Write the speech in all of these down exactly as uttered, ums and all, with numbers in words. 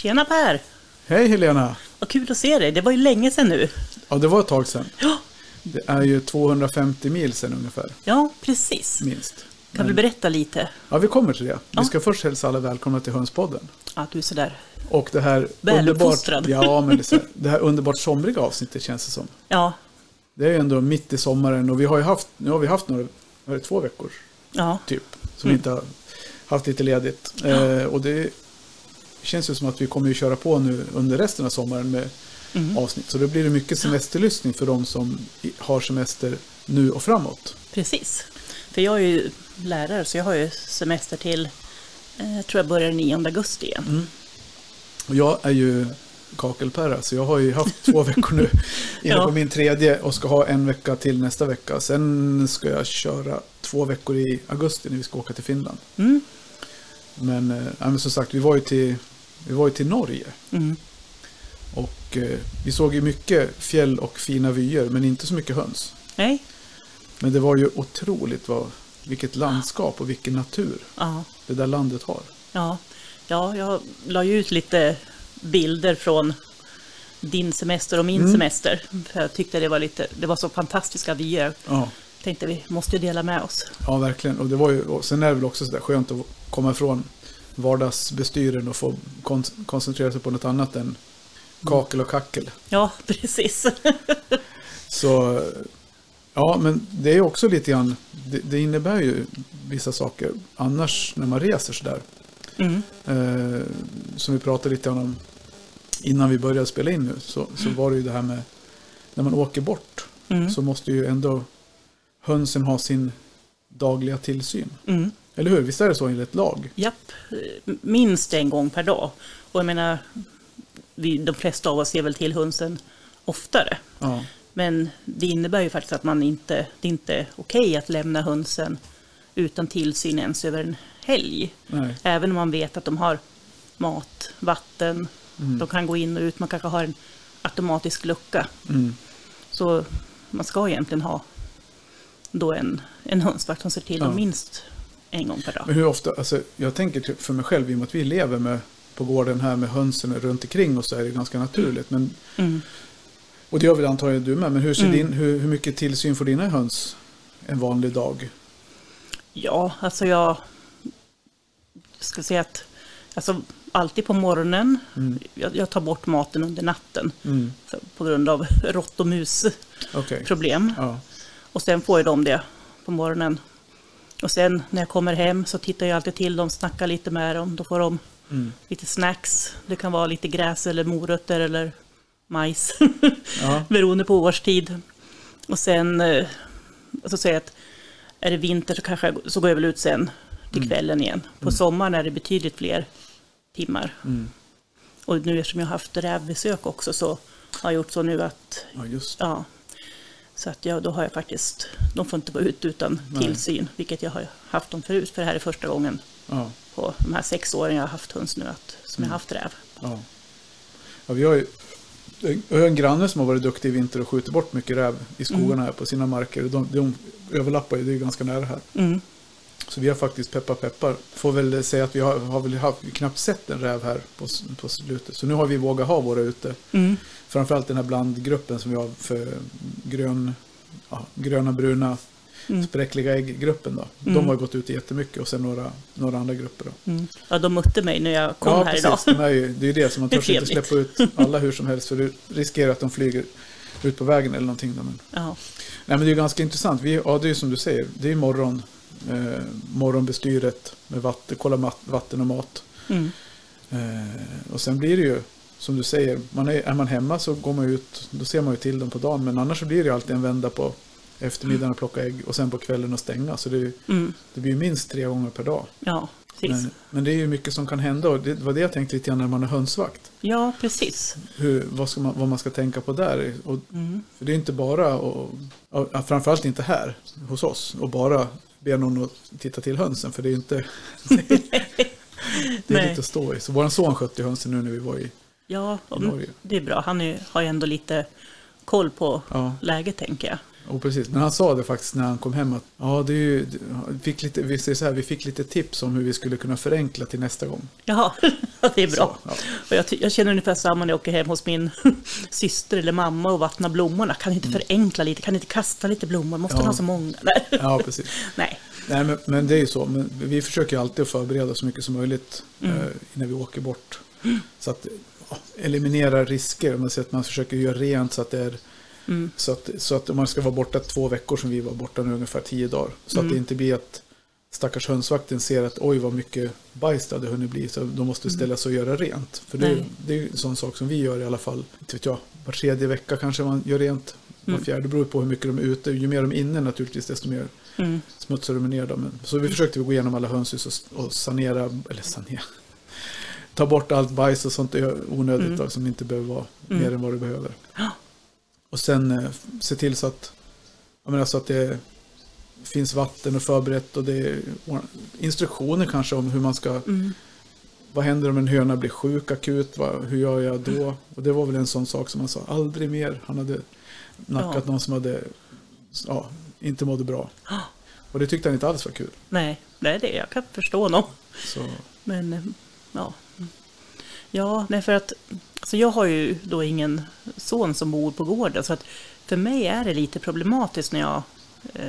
Tjena Per! Hej Helena! Vad kul att se dig, det var ju länge sedan nu. Ja, det var ett tag sedan. Ja, Det är ju tvåhundrafemtio mil sedan ungefär, ja precis. minst. Kan Men- du berätta lite? Ja, vi kommer till det. Ja. Vi ska först hälsa alla välkomna till Hönspodden. Att du är sådär. Och det här underbart, Väluppfostrad. ja, men det, är så här, det här underbart somriga avsnittet känns det som. Ja, Det är ju ändå mitt i sommaren och vi har ju haft, nu har vi haft några, vad är det, två veckor ja, typ, som vi inte har haft lite ledigt. Eh, och det känns ju som att vi kommer ju köra på nu under resten av sommaren med Mm. avsnitt. Så då blir det mycket semesterlyssning för de som i- har semester nu och framåt. precis. För jag är ju lärare så jag har ju semester till, eh, jag tror jag börjar nionde augusti igen. Mm. Och jag är ju kakelperra, så jag har ju haft två veckor nu inne Ja. på min tredje och ska ha en vecka till nästa vecka. Sen ska jag köra två veckor i augusti när vi ska åka till Finland. Mm. Men, eh, ja, men som sagt, vi var ju till, vi var ju till Norge. Mm. Och eh, vi såg ju mycket fjäll och fina vyer, men inte så mycket höns. Nej, Men det var ju otroligt vad, vilket landskap och vilken natur ja. det där landet har. Ja. ja, jag la ju ut lite bilder från din semester och min Mm. semester. För jag tyckte det var, lite, det var så fantastiska vyer. Ja, Tänkte vi måste ju dela med oss. ja verkligen. Och, det var ju, och sen är det väl också så där skönt att komma ifrån vardagsbestyren och få kon- koncentrera sig på något annat än kakel och kackel. Ja, precis. Så ja, men det är också lite grann, det, det innebär ju vissa saker annars när man reser sådär. Mm. Eh, som vi pratade lite om innan vi började spela in nu, så, så var det ju det här med när man åker bort Mm. så måste ju ändå hönsen ha sin dagliga tillsyn. Mm. Eller hur? Visst är det så enligt ett lag? Japp, minst en gång per dag. Och jag menar, vi, de flesta av oss ser väl till hönsen oftare. Ja. Men det innebär ju faktiskt att man inte, det är inte okej att lämna hönsen utan tillsyn ens över en helg. Nej. Även om man vet att de har mat, vatten, Mm. de kan gå in och ut, man kanske har en automatisk lucka. Mm. Så man ska egentligen ha då en, en hönsvakt som ser till Ja. dem minst en gång per dag. Men hur ofta, alltså jag tänker typ för mig själv i och med att vi lever med på gården här med hönsen runt omkring och så är det ganska naturligt. Men, Mm. och det gör väl antagligen du med, men hur, ser Mm. din, hur, hur mycket tillsyn får dina höns en vanlig dag? Ja, alltså jag ska säga att alltså, alltid på morgonen, Mm. jag, jag tar bort maten under natten Mm. för, på grund av rått- och musproblem. Okej. Ja. Och sen får jag dem det på morgonen. Och sen när jag kommer hem så tittar jag alltid till dem, snackar lite med dem. Då får de Mm. lite snacks. Det kan vara lite gräs eller morötter eller majs. Ja. Beroende på årstid. Och sen eh, så säger jag att är det vinter så, kanske jag, så går jag väl ut sen till Mm. kvällen igen. På sommaren är det betydligt fler timmar. Mm. Och nu eftersom jag har haft rävbesök också så har jag gjort så nu att Ja, just. ja, så att jag, då har jag faktiskt, de får inte vara ute utan Nej. tillsyn, vilket jag har haft dem förut, för det här är första gången Ja. på de här sex åren jag har haft höns nu att, som jag har haft räv. Ja. Ja, vi har ju jag har en granne som har varit duktig i vinter och skjuter bort mycket räv i skogarna här på sina marker. De, de överlappar ju, det är ju ganska nära här. Mm. Så vi har faktiskt peppar peppar. Får väl säga att vi har, har väl haft, knappt sett en räv här på, på slutet. Så nu har vi vågat ha våra ute. Mm. Framförallt den här blandgruppen som vi har för grön, ja, gröna, bruna, Mm. spräckliga ägggruppen. Då. De Mm. har gått ut jättemycket och sen några, några andra grupper. Då. Mm. Ja, de mötte mig när jag kom Ja, här precis. idag. De är ju, det är ju det som man Det är törs inte trevligt. släppa ut alla hur som helst för du riskerar att de flyger ut på vägen eller någonting. Då. Men, Ja. nej, men det är ju ganska intressant. Vi, ja, det är ju som du säger, det är morgon, eh, morgonbestyret med vatten, kolla mat, vatten och mat. Mm. Eh, och sen blir det ju, som du säger, man är, är man hemma så går man ut, då ser man ju till dem på dagen. Men annars så blir det ju alltid en vända på eftermiddagen och plocka ägg och sen på kvällen och stänga. Så det, är ju, Mm. det blir ju minst tre gånger per dag. Ja, precis. Men, men det är ju mycket som kan hända och det var det jag tänkte lite grann när man är hönsvakt. Ja, precis. Hur, vad, ska man, vad man ska tänka på där. Och, Mm. för det är inte bara, och, och, framförallt inte här hos oss, och bara be någon att titta till hönsen. För det är ju inte, det är Nej. lite att stå i. Så vår son skötte hönsen nu när vi var i, Ja, i Norge. det är bra. Han är, har ju ändå lite koll på Ja. läget, tänker jag. Och precis. Men han sa det faktiskt när han kom hem att ja, det är ju, fick lite, vi, säger så här, vi fick lite tips om hur vi skulle kunna förenkla till nästa gång. Jaha, det är bra. Så, ja. Och jag, jag känner ungefär samma när jag åker hem hos min syster eller mamma och vattnar blommorna. Kan inte förenkla lite? Kan inte kasta lite blommor? Måste Ja. ha så många? Nej. Ja, precis. Nej. Nej, men, men det är ju så. Men vi försöker alltid att förbereda så mycket som möjligt Mm. eh, när vi åker bort. Mm. Så att ja, eliminera risker. Man, att man försöker göra rent så att det är Mm. så att, så att om man ska vara borta två veckor som vi var borta nu ungefär tio dagar. Så Mm. att det inte blir att stackars hönsvakten ser att oj vad mycket bajs det hade hunnit bli. Så de måste ställa sig och göra rent. För det, är- det är ju en sån sak som vi gör i alla fall. Inte vet jag, var tredje vecka kanske man gör rent. Var Mm. fjärde, det beror på hur mycket de är ute. Ju mer de är inne naturligtvis desto mer Mm. smutsar de ner dem. Men- Så vi försökte gå igenom alla hönshus och, och sanera, eller sanera. Ta bort allt bajs och sånt är onödigt Mm. då, som inte behöver vara Mm. mer än vad det behöver. Ja. Och sen eh, se till så att, jag menar, så att det finns vatten och förberett och det är instruktioner kanske om hur man ska, Mm. vad händer om en höna blir sjuk akut, vad, hur gör jag då? Och det var väl en sån sak som han sa, aldrig mer. Han hade nackat Ja. någon som hade, ja, inte mådde bra. Ja. Och det tyckte han inte alls var kul. Nej, nej, det jag kan förstå honom. Så, Men eh, ja. Ja, nej, för att alltså jag har ju då ingen son som bor på gården, så att för mig är det lite problematiskt när jag eh,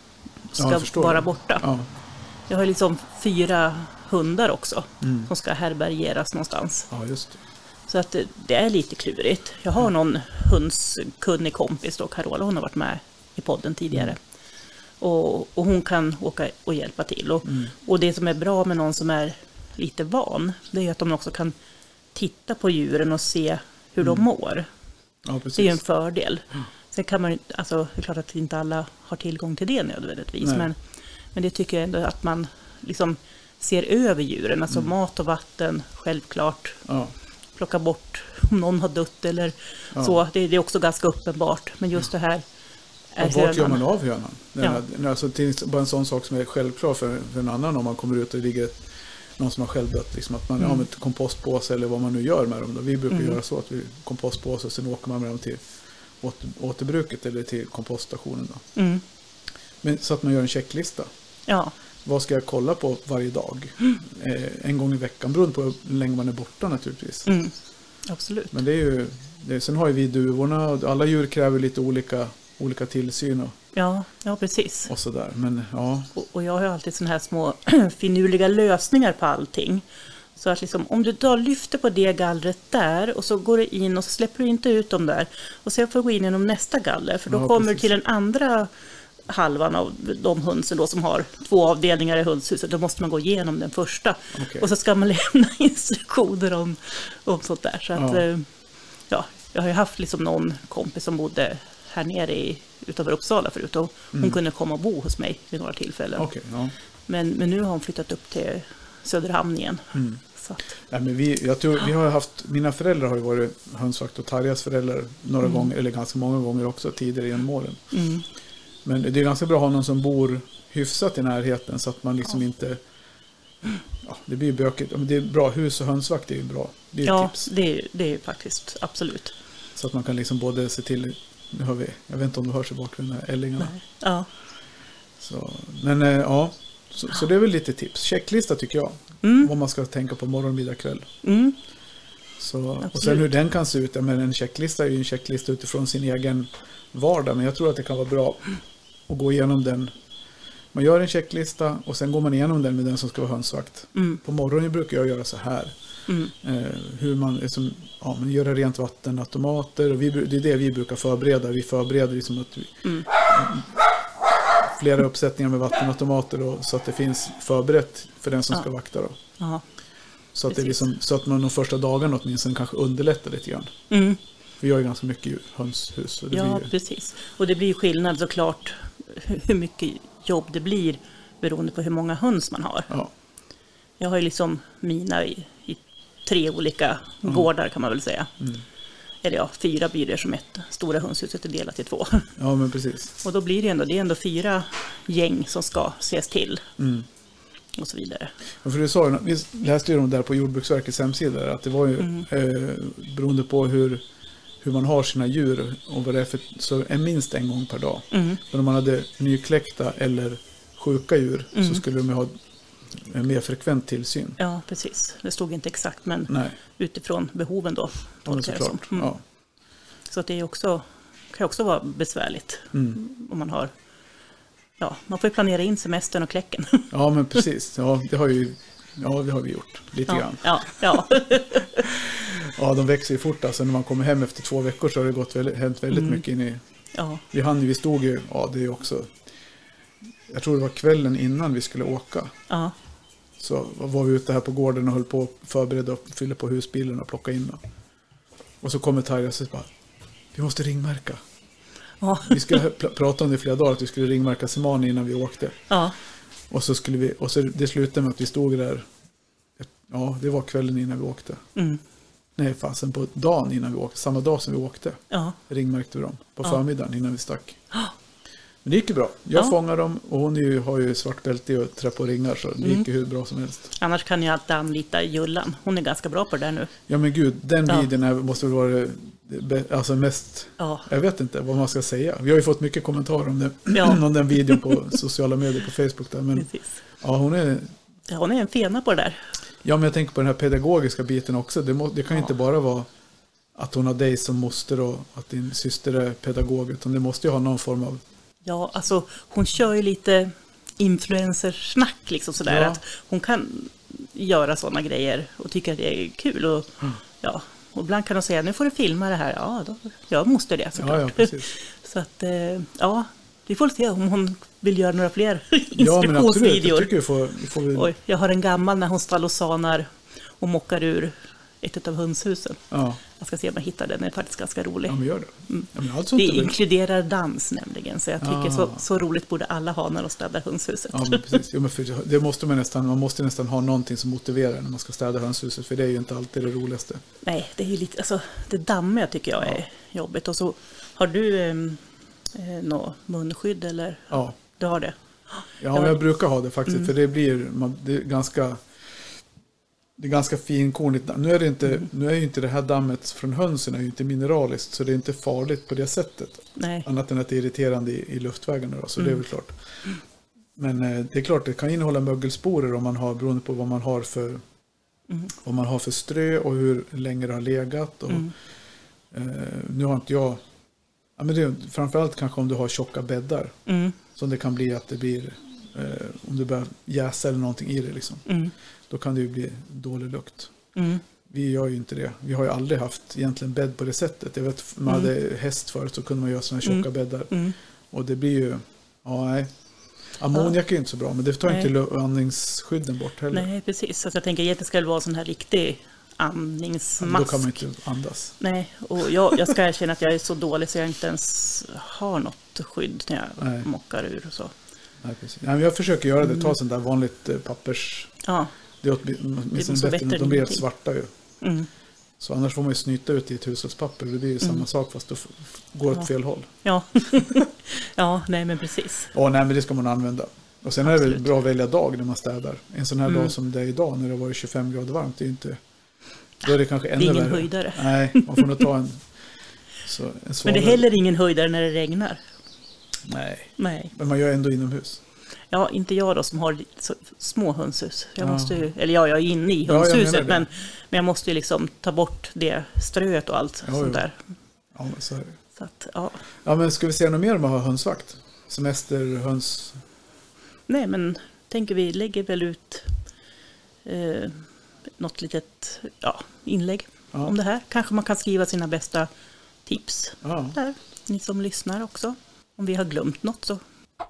ska jag förstår vara det. borta. ja. Jag har liksom fyra hundar också Mm. som ska härbärgeras någonstans. Ja, just det. Så att det, det är lite klurigt. Jag har någon hundskunnig kompis då, Carola, hon har varit med i podden tidigare. Mm. Och, och hon kan åka och hjälpa till. Och, Mm. och det som är bra med någon som är lite van, det är att de också kan titta på djuren och se hur de mår. Ja, Det precis. är ju en fördel. Sen kan man, alltså, det är klart att inte alla har tillgång till det nödvändigtvis. Nej. Men, men det tycker jag ändå att man liksom ser över djuren. Alltså mat och vatten, självklart. Ja. Plocka bort om någon har dött eller Ja. så. Det, det är också ganska uppenbart. Men just det här är Och vart gör hönan. man av hönan? Den Ja. här, alltså, det är bara en sån sak som är självklar för, för en annan om man kommer ut och det ligger ett, någon som har självdött. Liksom, att man Mm. har med ett kompostpåse eller vad man nu gör med dem. Då. Vi brukar Mm. göra så att vi kompostpåse och sen åker man med dem till åter, återbruket eller till kompoststationen. Då. Mm. Men, så att man gör en checklista. Ja, Vad ska jag kolla på varje dag? Eh, en gång i veckan, beroende på hur länge man är borta naturligtvis. mm. absolut. Men det är ju, det, sen har ju vi duvorna och alla djur kräver lite olika, olika tillsyn och, Ja, ja precis. och sådär. Men ja, Och, och jag har ju alltid såna här små finurliga lösningar på allting. Så att liksom, om du då lyfter på det gallret där och så går du in och så släpper du inte ut dem där. Och sen får du gå in genom nästa galler. För då Ja, kommer du precis. till den andra halvan av de hönsen då som har två avdelningar i hönshuset. Då måste man gå igenom den första. okej. Och så ska man lämna instruktioner om, om sånt där. Så att, Ja. ja. ja, jag har ju haft liksom någon kompis som bodde här nere i, utanför Uppsala förut. Och hon Mm. kunde komma och bo hos mig vid några tillfällen. Okej, ja. Men, men nu har hon flyttat upp till Söderhamn igen. Mm. Så att, Nej, men vi, jag tror, vi har haft, mina föräldrar har ju varit hönsvakt och Tarjas föräldrar några Mm. gånger, eller ganska många gånger också tidigare genom åren. mm, Men det är ganska bra att ha någon som bor hyfsat i närheten så att man liksom inte, ja, det blir bökigt. Men det är bra, hus och hönsvakt det är ju bra. Det är ett ja, tips. det, är- det är faktiskt absolut. Så att man kan liksom både se till, nu har vi, jag vet inte om du hörs i bakgrunden, här, ällingarna. Nej. Ja. Så, men eh, ja, så, så det är väl lite tips. Checklista tycker jag. Mm, Vad man ska tänka på morgon, middag, kväll. mm, Så, och Absolut. sen hur den kan se ut. Ja, men en checklista är ju en checklista utifrån sin egen vardag. Men jag tror att det kan vara bra att gå igenom den. Man gör en checklista och sen går man igenom den med den som ska vara hönsvakt. mm, På morgonen brukar jag göra så här. mm, Eh, hur man liksom, ja, men göra rent vatten, automater. Och vi, det är det vi brukar förbereda. Vi förbereder liksom att vi, mm. flera uppsättningar med vattenautomater då, så att det finns förberett för den som Ja. ska vakta. Då. Ja. Så, att det är Precis. liksom, så att man de första dagarna åtminstone kanske underlättar lite grann. Mm. Vi gör ju ganska mycket djur, hönshus. Så det Ja, blir ju, precis. Och det blir skillnad såklart hur hur mycket jobb det blir beroende på hur många höns man har. ja, Jag har ju liksom mina i, i tre olika gårdar kan man väl säga. mm. Eller ja, fyra blir det som ett stora hönshuset är delat i två. ja, men precis. Och då blir det ändå, det är ändå fyra gäng som ska ses till Mm. och så vidare. Ja, för du sa ju, vi läste ju de där på Jordbruksverkets hemsida att det var ju Mm. eh, beroende på hur hur man har sina djur och vad det är för, så är minst en gång per dag. Mm. Men om man hade nykläckta eller sjuka djur Mm. så skulle de ha en mer frekvent tillsyn. Ja, precis. Det stod inte exakt, men Nej. utifrån behoven då. Ja, men såklart. Mm. Ja. Så att det är också, kan också vara besvärligt Mm. om man har... Ja, man får ju planera in semestern och kläcken. ja, men precis. Ja, det har ju ja, det har vi gjort lite Ja, grann. ja, ja. Ja, de växer ju fort. Alltså, när man kommer hem efter två veckor så har det gått väldigt, hänt väldigt Mm. mycket in i... ja. Vi hann ju, vi stod ju, ja det är också... Jag tror det var kvällen innan vi skulle åka. ja. Så var vi ute här på gården och höll på att förbereda och fylla på husbilen och plocka in dem. Och så kommer Tarja och säger bara, vi måste ringmärka. Ja. Vi skulle pr- prata om det i flera dagar, att vi skulle ringmärka Semani innan vi åkte. Ja. Och så skulle vi, och så det slutade med att vi stod där, ja det var kvällen innan vi åkte. Mm. Nej, fasen på dagen innan vi åkte, samma dag som vi åkte. Ja. Ringmärkte vi dem på Ja. förmiddagen innan vi stack. Men det gick ju bra. Jag Ja. fångar dem och hon är ju, har ju svart bälte och trä på ringar så det Mm. gick ju hur bra som helst. Annars kan jag alltid anlita Jullan. Hon är ganska bra på det där nu. Ja men gud, den Ja. videon är, måste väl vara det, det, alltså mest, Ja. jag vet inte vad man ska säga. Vi har ju fått mycket kommentarer om, det, Ja. om den videon på sociala medier på Facebook där. Men Precis. ja, hon är, Ja, hon är en fena på det där. ja men jag tänker på den här pedagogiska biten också. Det, må, det kan ju Ja. inte bara vara att hon har dig som moster och att din syster är pedagog, utan det måste ju ha någon form av... Ja, alltså hon kör ju lite influencersnack liksom sådär. Ja. Att hon kan göra sådana grejer och tycker att det är kul. Och, Mm. ja, och ibland kan hon säga, nu får du filma det här. Ja, då, jag måste det såklart. Ja, ja, precis. Så att, eh, ja, vi får se om hon vill göra några fler Ja, men absolut. Jag instruktionsvideor. tycker vi får... Vi får Oj, jag har en gammal när hon stallosanar och mockar ur ett av hönshusen. ja, Jag ska se om jag hittar den, den är faktiskt ganska rolig. ja, men gör det. Mm. Ja, men allt sånt Det är väl- inkluderar dans nämligen, så jag tycker Ah. så, så roligt borde alla ha när de städar hönshuset. Ja, men precis. Jo, men för det måste man nästan, man måste nästan ha någonting som motiverar när man ska städa hönshuset, för det är ju inte alltid det roligaste. Nej, det är ju lite, alltså det dammiga tycker jag är jobbigt. Och så har du eh, något munskydd eller? Ja, Du har det? ja men jag brukar ha det faktiskt, Mm. för det blir man, det är ganska det är ganska finkornigt. Nu är det inte, Mm. nu är ju inte det här dammet från hönsen är ju inte mineraliskt, så det är inte farligt på det sättet. Nej. Annat än att det är irriterande i, i luftvägarna då, så Mm. det är väl klart. Men eh, det är klart, det kan innehålla mögelsporer om man har, beroende på vad man har för Mm. vad man har för strö och hur länge det har legat. Och, Mm. eh, nu har inte jag, ja, men det är, framförallt kanske om du har tjocka bäddar, Mm. som det kan bli att det blir, eh, om du börjar jäsa eller någonting i det liksom. Mm. Då kan det ju bli dålig lukt. Mm. Vi gör ju inte det. Vi har ju aldrig haft egentligen bädd på det sättet. Jag vet, man Mm. hade häst förut så kunde man göra sådana här tjocka Mm. bäddar. Mm. Och det blir ju, ja nej. Ammoniak är ju inte så bra, men det tar Nej. inte lu- andningsskydden bort heller. Nej, precis. Så att jag tänker att det ska vara en sån här riktig Ja, andningsmask. men då kan man inte andas. Nej, och jag, jag ska erkänna att jag är så dålig så jag inte ens har något skydd när jag Nej. mockar ur och så. Nej, precis. Nej, men jag försöker göra det. Mm. Ta sånt där vanligt eh, pappers. Ja. Det är åtminstone så bättre. bättre än att än De blir helt ingenting. svarta ju. Mm. Så annars får man ju snyta ut i ett hushållspapper. Det blir ju Mm. samma sak fast då f- går Ja. åt fel håll. Ja. Ja, nej men precis. Ja, nej men det ska man använda. Och sen är det väl Absolut. bra att välja dag när man städar. En sån här Mm. dag som det är idag när det har varit tjugofem grader varmt. Det är ju inte... Då är det kanske Det är ännu ingen värre. höjdare. Nej, man får nog ta en... Så, en Men det är svalare- heller ingen höjdare när det regnar. Nej, Nej. men man gör ändå inomhus. Ja, inte jag då som har lite så, små hönshus. Jag Ja. måste ju, eller ja, jag är inne i Ja, jag hönshuset, menar det. men, men jag måste ju liksom ta bort det ströet och allt Ja, sånt jo. där. Ja, men så är det. Så att, ja. Ja, men ska vi säga något mer om att ha hönsvakt? Semester, höns... Nej, men tänker vi lägger väl ut eh, något litet ja, inlägg Ja. om det här. Kanske man kan skriva sina bästa tips Ja. där. Ni som lyssnar också. Om vi har glömt något så.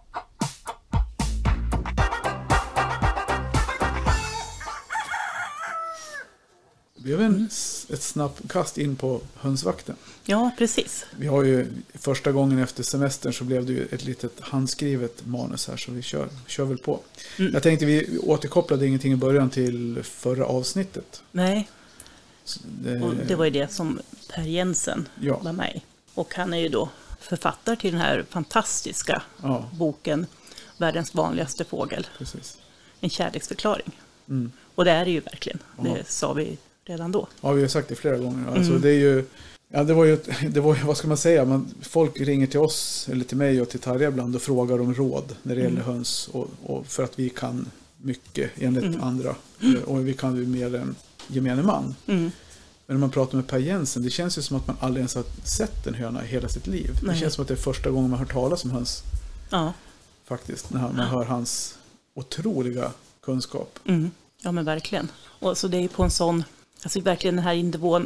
Det blev en, s- ett snabbt kast in på hönsvakten. Ja, precis. Vi har ju första gången efter semestern så blev det ju ett litet handskrivet manus här så vi kör, kör väl på. Mm. Jag tänkte vi återkopplade ingenting i början till förra avsnittet. Nej, Så Det, och det var ju det som Per Jensen Ja. var med i. Och han är ju då författare till den här fantastiska Ja, boken Världens vanligaste fågel. precis. En kärleksförklaring. Mm. Och det är det ju verkligen. Ja. Det sa vi redan då. Ja, vi har sagt det flera gånger. Alltså, Mm. det är ju, Ja, det var ju, det var ju, vad ska man säga, man, folk ringer till oss eller till mig och till Tarja ibland och frågar om råd när det gäller mm. höns och, och för att vi kan mycket enligt mm. andra och vi kan ju mer än gemene man. Mm. Men när man pratar med Per Jensen, det känns ju som att man aldrig ens har sett en höna i hela sitt liv. Nej. Det känns som att det är första gången man hör talas om höns. Ja. Faktiskt, när man hör hans otroliga kunskap. Mm. Ja, men verkligen. Och så det är ju på en sån, alltså verkligen den här nivån,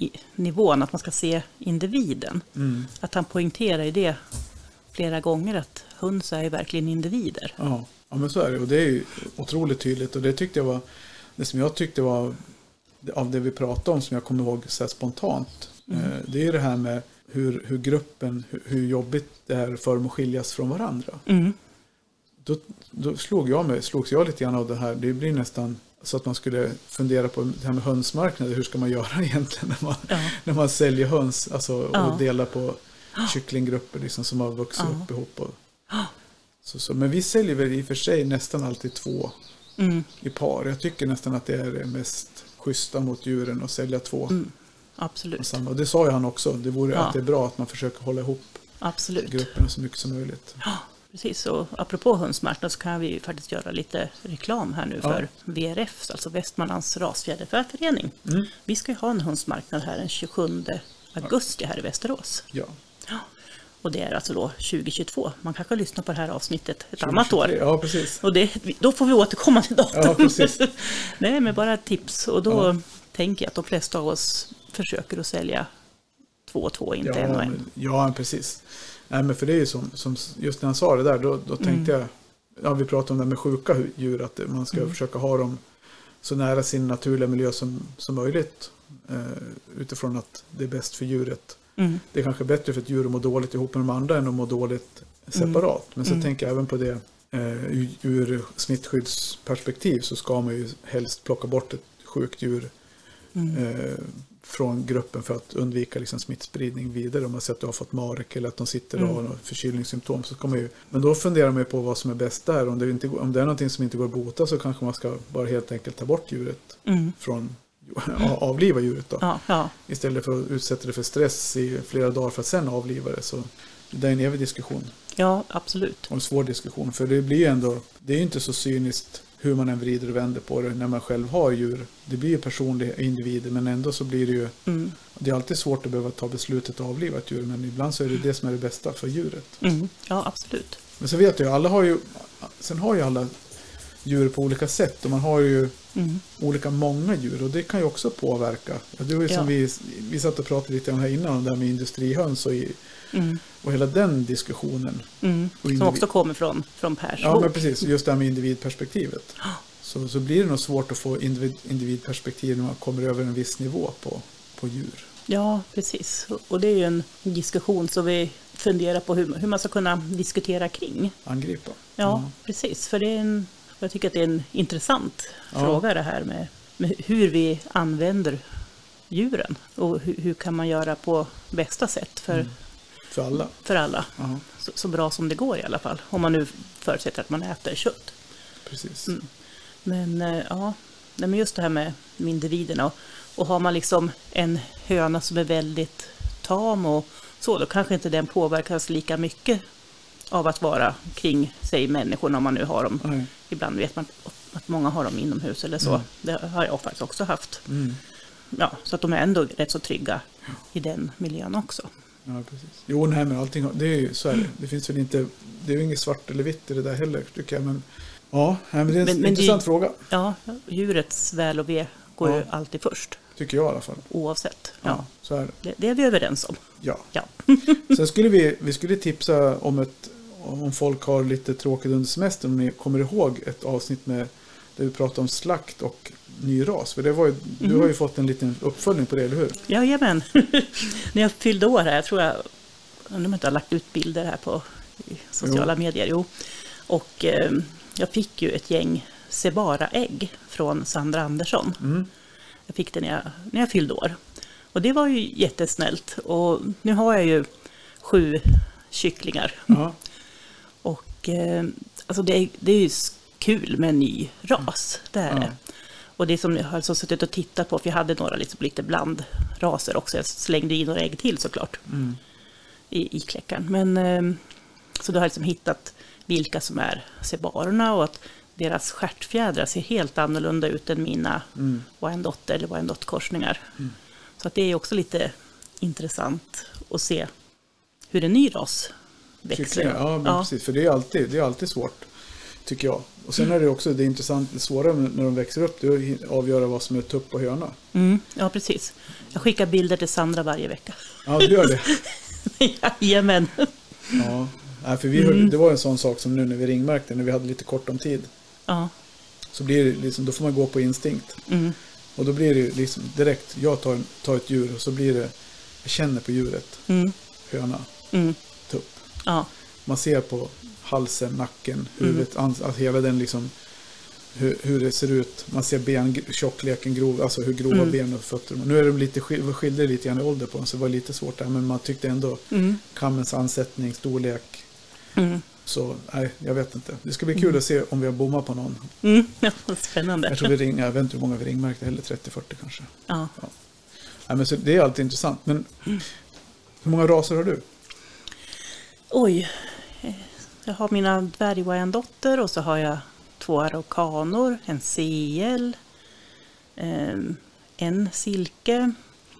nivån att man ska se individen. Mm. Att han poängterar i det flera gånger att höns är ju verkligen individer. Ja. Ja, men så är det. Och det är ju otroligt tydligt. Och det tyckte jag var, det som jag tyckte var av det vi pratade om som jag kommer ihåg så här spontant. Mm. Det är det här med hur, hur gruppen, hur, hur jobbigt det är för dem att skiljas från varandra. Mm. Då, då slog jag mig, slogs jag lite grann av det här. Det blir nästan så att man skulle fundera på det här med hönsmarknader. Hur ska man göra egentligen när man, ja. när man säljer höns alltså, och ja. delar på kycklinggrupper liksom, som har vuxit ja. upp ihop. Och, så, så. Men vi säljer väl i och för sig nästan alltid två mm. i par. Jag tycker nästan att det är det mest schyssta mot djuren att sälja två. Mm. Absolut. Och, samma. och det sa ju han också. Det vore ja. att det är bra att man försöker hålla ihop Absolut. grupperna så mycket som möjligt. Ja. Precis, och apropå hönsmarknad så kan vi ju faktiskt göra lite reklam här nu ja. för V R F, alltså Västmanlands rasfjäderförening. Mm. Vi ska ju ha en hönsmarknad här den tjugosjunde augusti här i Västerås. Ja. Ja. Och det är alltså då tjugohundratjugotvå. Man kanske lyssnar på det här avsnittet ett annat år. Ja, precis. Och det, då får vi återkomma till datum. Ja, precis. Nej, men bara ett tips. Och då ja. tänker jag att de flesta av oss försöker att sälja två och två, inte ja, en och en. Ja, precis. Nej, men för det är ju som, som just när han sa det där, då, då tänkte mm. jag, ja, vi pratade om det med sjuka djur, att man ska mm. försöka ha dem så nära sin naturliga miljö som, som möjligt, eh, utifrån att det är bäst för djuret. Mm. Det är kanske bättre för ett djur att må dåligt ihop med de andra än att må dåligt separat. Mm. Men så mm. tänker jag även på det, eh, ur smittskyddsperspektiv så ska man ju helst plocka bort ett sjukt djur mm. eh, från gruppen för att undvika liksom smittspridning vidare. Om man ser att du har fått mark eller att de sitter mm. och har förkylningssymptom. Så kommer ju, men då funderar man ju på vad som är bäst där. Om det, inte, om det är någonting som inte går att bota så kanske man ska bara helt enkelt ta bort djuret mm. från avliva djuret då. Ja, ja. Istället för att utsätta det för stress i flera dagar för att sen avliva det. Så det är en evig diskussion. Ja, absolut. Och en svår diskussion. För det blir ju ändå, det är ju inte så cyniskt hur man än vrider och vänder på det när man själv har djur. Det blir ju personliga individer, men ändå så blir det ju mm. det är alltid svårt att behöva ta beslutet att avliva ett djur, men ibland så är det det som är det bästa för djuret. Mm. Ja, absolut. Men så vet jag, alla har ju sen har ju alla djur på olika sätt och man har ju mm. olika många djur och det kan ju också påverka. Ja, det var ju som ja. vi, vi satt och pratade lite om här innan om det här med industrihöns och, i, mm. och hela den diskussionen. Mm. Som också kommer från, från Pers Ja, men precis. Just det här med individperspektivet. Så, så blir det nog svårt att få individ, individperspektiv när man kommer över en viss nivå på, på djur. Ja, precis. Och det är ju en diskussion som vi funderar på hur, hur man ska kunna diskutera kring. Angripa. Ja, mm. precis. För det är en, jag tycker att det är en intressant ja. fråga det här med, med hur vi använder djuren. Och hur, hur kan man göra på bästa sätt för, mm. för alla. För alla. Uh-huh. Så, så bra som det går i alla fall. Om man nu förutsätter att man äter kött. Precis. Mm. Men ja, men just det här med, med individerna. Och, och har man liksom en höna som är väldigt tam och så, då kanske inte den påverkas lika mycket av att vara kring sig människorna om man nu har dem. Mm. Ibland vet man att många har dem inomhus eller så. Mm. Det har jag faktiskt också haft. Mm. Ja, så att de är ändå rätt så trygga i den miljön också. Ja, precis. Jo, nej, men allting, det är ju så är det. Det finns väl inte, det är ju inget svart eller vitt i det där heller, tycker jag. Men ja, men det är en men, intressant det, fråga. Ja, djurets väl och ve går ja. ju alltid först. Tycker jag i alla fall. Oavsett. Ja, ja så är det. det. Det är vi överens om. Ja. ja. Sen skulle vi, vi skulle tipsa om ett, om folk har lite tråkigt under semestern, om ni kommer ihåg ett avsnitt med där vi pratade om slakt och ny ras. För det var ju, mm. du har ju fått en liten uppföljning på det, eller hur? Jajamän. När jag fyllde år här, jag tror jag, om jag inte har lagt ut bilder här på sociala jo. medier, jo. Och eh, jag fick ju ett gäng Sebara-ägg från Sandra Andersson. Mm. Jag fick det när jag, när jag fyllde år. Och det var ju jättesnällt. Och nu har jag ju sju kycklingar. Ja. Och eh, alltså det, är, det är ju kul med en ny ras. Det är det. Och det som jag har så suttit och tittat på, för jag hade några liksom lite blandraser också. Jag slängde i några ägg till såklart Mm. i, i kläckaren. Men, eh, så då har jag liksom hittat vilka som är sebarerna och att deras stjärtfjädrar ser helt annorlunda ut än mina Mm. Wyandotte eller Wyandotte-korsningar. Mm. Så att det är också lite intressant att se hur en ny ras växer. Kycklingar, ja, men precis. För det är alltid, det är alltid svårt, tycker jag. Och sen är det också det är intressant, det svåra när de växer upp, det är att avgöra vad som är tupp och höna. Mm, ja, precis. Jag skickar bilder till Sandra varje vecka. Ja, du gör det. Jajamän. Ja, nej, för vi, mm. det var en sån sak som nu när vi ringmärkte, när vi hade lite kort om tid. Ja. Så blir det liksom, då får man gå på instinkt. Mm. Och då blir det liksom direkt, jag tar, tar ett djur och så blir det, jag känner på djuret. Mm. Höna, Mm. tupp. Ja. Man ser på halsen, nacken, huvudet, mm. alltså hela den liksom, hur, hur det ser ut. Man ser ben, tjockleken, grov, alltså hur grova mm. ben och fötter. Nu är de lite skilda lite grann i ålder på dem, så det var lite svårt där. Men man tyckte ändå mm. kammens ansättning, storlek. Mm. Så nej, jag vet inte. Det ska bli kul mm. att se om vi har bommat på någon. Mm. Ja, spännande. Jag tror vi ringer, jag vet inte hur många vi ringmärkte, eller trettio fyrtio kanske. Ja. Ja. Nej, men så det är alltid intressant. Men mm. hur många raser har du? Oj, jag har mina dvärg-Wyandotter och så har jag två araukanor, en C L, en silke.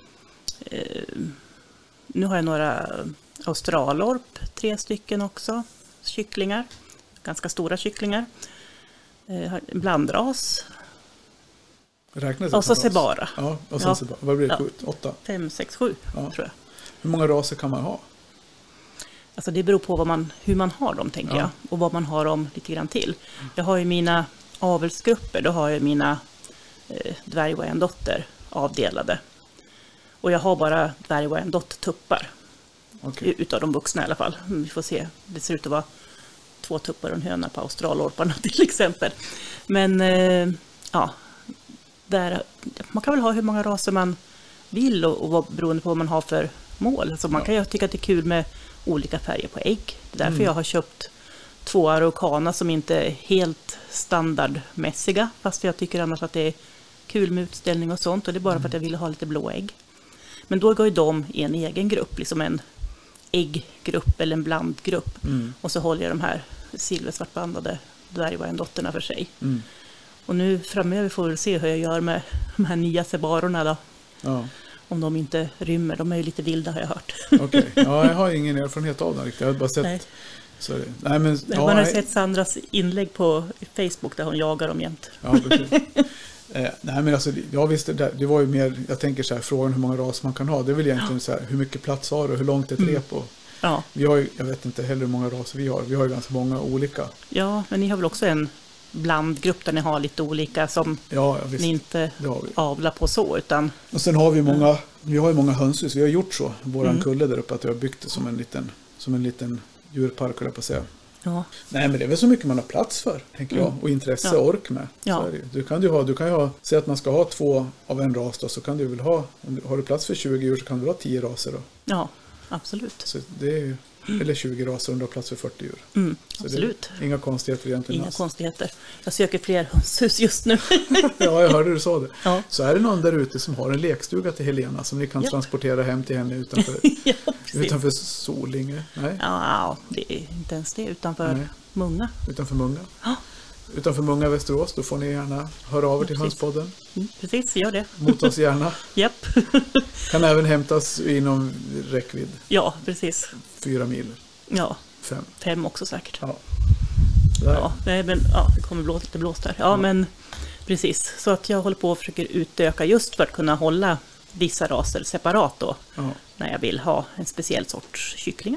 Nu har jag några australorp, tre stycken också, kycklingar, ganska stora kycklingar. En blandras. Räknas och så sebara. Ja, och sen ja. Sebara. Vad blir det? Sju, ja. Åtta? Fem, sex, sju ja. Tror jag. Hur många raser kan man ha? Alltså det beror på vad man, hur man har dem, tänker ja. jag. Och vad man har dem lite grann till. Jag har ju mina avelsgrupper, då har jag mina eh, dvärg-Wyandotter avdelade. Och jag har bara dvärg-Wyandotte-tuppar. Okay. Utav de vuxna i alla fall. Vi får se. Det ser ut att vara två tuppar och en höna på australorparna till exempel. Men eh, ja, där, man kan väl ha hur många raser man vill och, och vad, beroende på vad man har för mål. Alltså man ja. kan ju tycka att det är kul med olika färger på ägg. Det är därför mm. jag har köpt två araukana som inte är helt standardmässiga. Fast jag tycker annars att det är kul med utställning och sånt. Och det är bara mm. för att jag ville ha lite blå ägg. Men då går ju de i en egen grupp. Liksom en ägggrupp eller en blandgrupp. Mm. Och så håller jag de här silversvartbandade dvärg-Wyandotterna för sig. Mm. Och nu framöver får vi se hur jag gör med de här nya sebarorna då. Ja. Om de inte rymmer. De är ju lite vilda har jag hört. Okej, okay. Ja, jag har ingen erfarenhet av det riktigt. Jag har bara sett... Nej. Sorry. Nej, men, jag har bara ja, sett Sandras inlägg på Facebook där hon jagar dem jämt. Ja, precis. eh, nej, men alltså, jag visste det, det var ju mer, jag tänker så här, frågan hur många raser man kan ha. Det är väl egentligen ja. så här, hur mycket plats har du, hur långt är ett mm. rep och... Ja. Vi har ju, jag vet inte heller hur många raser vi har. Vi har ju ganska många olika. Ja, men ni har väl också en blandgrupp där ni har lite olika som ja, ja, ni inte avlar på så. Utan... Och sen har vi många, vi har ju många hönshus. Vi har gjort så, våran mm. kulle där uppe, att vi har byggt det som en liten, som en liten djurpark, eller på att säga. Ja. Nej, men det är väl så mycket man har plats för, tänker mm. jag. Och intresse ja. och ork med. Ja. Så är det ju. Du kan ju ha, du kan ju ha, säg att man ska ha två av en ras då, så kan du väl ha, om du har du plats för tjugo djur så kan du ha tio raser då. Ja, absolut. Så det är ju, eller tjugo raser om du har plats för fyrtio djur. Mm, absolut. Det är inga konstigheter egentligen. Inga alls. konstigheter. Jag söker fler hönshus just nu. Ja, jag hörde du sa det. Ja. Så är det någon där ute som har en lekstuga till Helena som ni kan ja. transportera hem till henne utanför, ja, utanför Solinge? Nej. Ja, det är inte ens det. Utanför Nej. Munga. Utanför Munga. Ja. Utanför Munga, Västerås, då får ni gärna höra av er till precis. Hönspodden. Mm, precis, gör det. Mot oss gärna. Japp. Kan även hämtas inom räckvidd. Ja, precis. Fyra mil. Ja, fem. Fem också säkert. Ja, ja, nej, men, ja det kommer blåst, lite blåst här. Ja, ja, men precis. Så att jag håller på och försöker utöka just för att kunna hålla vissa raser separat då. Ja. När jag vill ha en speciell sorts kycklingar.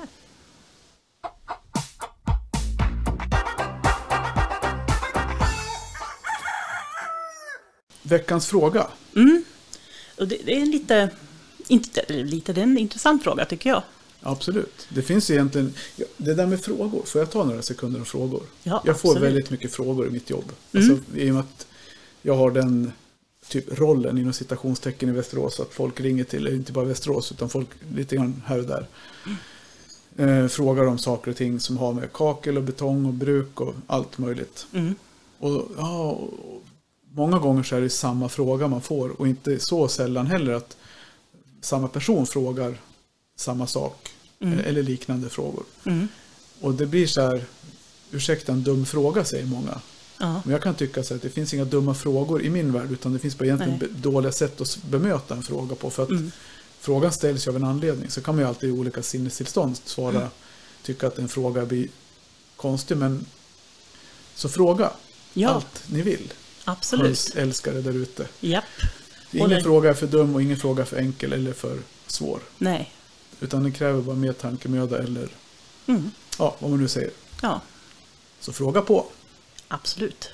Veckans fråga. Mm. Och det, det är en lite, inte lite, det är en intressant fråga tycker jag. Absolut. Det finns egentligen, det där med frågor, får jag ta några sekunder om frågor? Ja, jag får absolut. väldigt mycket frågor i mitt jobb. Mm. Alltså, i och med att jag har den typ rollen inom citationstecken i Västerås, att folk ringer till, inte bara Västerås utan folk lite grann här och där. Mm. Eh, frågar om saker och ting som har med kakel och betong och bruk och allt möjligt. Mm. Och, ja, och många gånger så är det samma fråga man får och inte så sällan heller att samma person frågar samma sak mm. eller liknande frågor. Mm. Och det blir så här, ursäkta en dum fråga säger många. Ja. Men jag kan tycka så att det finns inga dumma frågor i min värld utan det finns bara egentligen Nej. dåliga sätt att bemöta en fråga på för att mm. frågan ställs av en anledning. Så kan man ju alltid i olika sinnestillstånd svara, mm. tycka att en fråga blir konstig men så fråga ja. allt ni vill. Absolut. Höns älskare där ute. Japp. Ingen det... fråga är för dum och ingen fråga är för enkel eller för svår. Nej. Utan den kräver bara mer tankemöda eller mm. ja, vad man nu säger. Ja. Så fråga på. Absolut.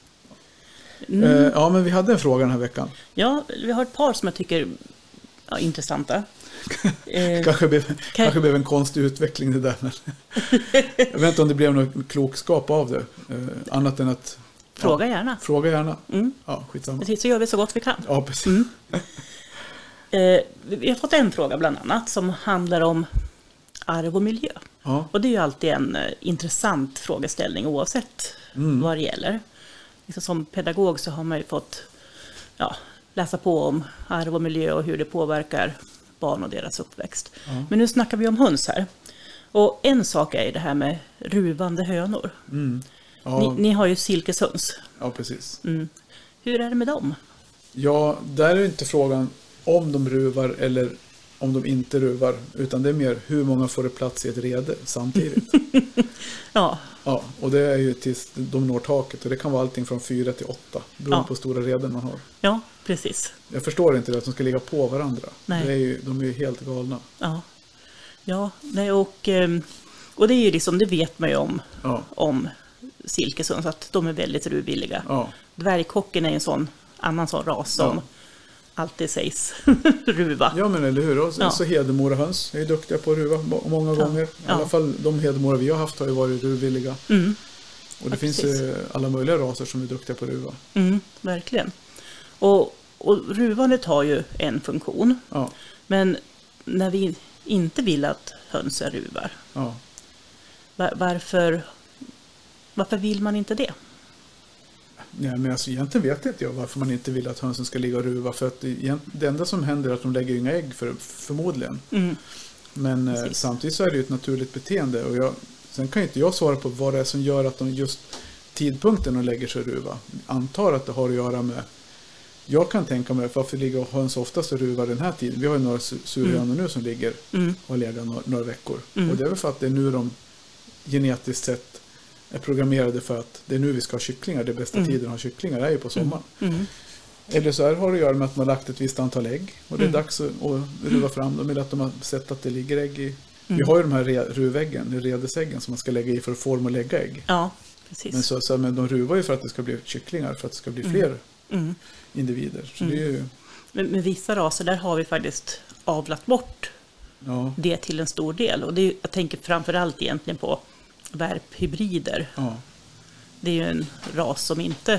Mm. Eh, ja, men vi hade en fråga den här veckan. Ja, vi har ett par som jag tycker ja, intressanta. eh, kanske, blev, kan... kanske blev en konstig utveckling det där. Men jag vet inte om det blev någon klokskap av det. Eh, annat än att Fråga ja, gärna. Fråga gärna. Mm. Ja, skitsamma. Precis, så gör vi så gott vi kan. Ja, precis. Mm. Eh, vi har fått en fråga bland annat som handlar om arv och miljö. Ja. Och det är ju alltid en eh, intressant frågeställning oavsett mm. vad det gäller. Liksom som pedagog så har man ju fått ja, läsa på om arv och miljö och hur det påverkar barn och deras uppväxt. Ja. Men nu snackar vi om höns här. Och en sak är det här med ruvande hönor. Mm. Ja. Ni, ni har ju silkeshöns. Ja, precis. Mm. Hur är det med dem? Ja, där är inte frågan om de ruvar eller om de inte ruvar. Utan det är mer hur många får det plats i ett rede samtidigt. ja. Ja, och det är ju tills de når taket. Och det kan vara allting från fyra till åtta. Beroende ja. på stora reden man har. Ja, precis. Jag förstår inte det att de ska ligga på varandra. Nej. Det är ju, de är ju helt galna. Ja, ja nej, och, och det är ju liksom, det vet man ju om, ja. om silkeshöns, att de är väldigt ruvvilliga. Ja. Dvärgkocken är en sån annan sån ras som ja. alltid sägs ruva. Ja, men eller hur? Och så, ja. så hedemorahöns är ju duktiga på att ruva många ja. gånger. I ja. alla fall de hedemora vi har haft har ju varit ruvvilliga. Mm. Och det ja, finns ju alla möjliga raser som är duktiga på att ruva. Mm, verkligen. Och, och ruvandet har ju en funktion. Ja. Men när vi inte vill att hönsen ruvar, ja. var, varför, varför vill man inte det? Nej, men alltså, egentligen vet inte jag varför man inte vill att hönsen ska ligga och ruva. För att det, det enda som händer är att de lägger inga ägg för, förmodligen. Mm. Men eh, samtidigt så är det ju ett naturligt beteende. Och jag, sen kan inte jag svara på vad det är som gör att de just tidpunkten de lägger sig och ruva. Antar att det har att göra med. Jag kan tänka mig varför ligger höns oftast och ruvar den här tiden. Vi har ju några surhönor mm. nu som ligger mm. och lägger några, några veckor. Mm. Och det är väl för att det är nu de genetiskt sett är programmerade för att det är nu vi ska ha kycklingar. Det bästa mm. tiden att ha kycklingar är ju på sommaren. Mm. Mm. Eller så här har det att göra med att man har lagt ett visst antal ägg. Och det är mm. dags att, att ruva fram dem. Eller att de har sett att det ligger ägg i. Mm. Vi har ju de här ruväggen, redesäggen som man ska lägga i för att få dem att lägga ägg. Ja, precis. Men, så, så, men de ruvar ju för att det ska bli kycklingar. För att det ska bli fler mm. individer. Så mm. det är ju... men med vissa raser där har vi faktiskt avlat bort ja. det till en stor del. Och det är, jag tänker framförallt egentligen på värphybrider. Ja. Det är ju en ras som inte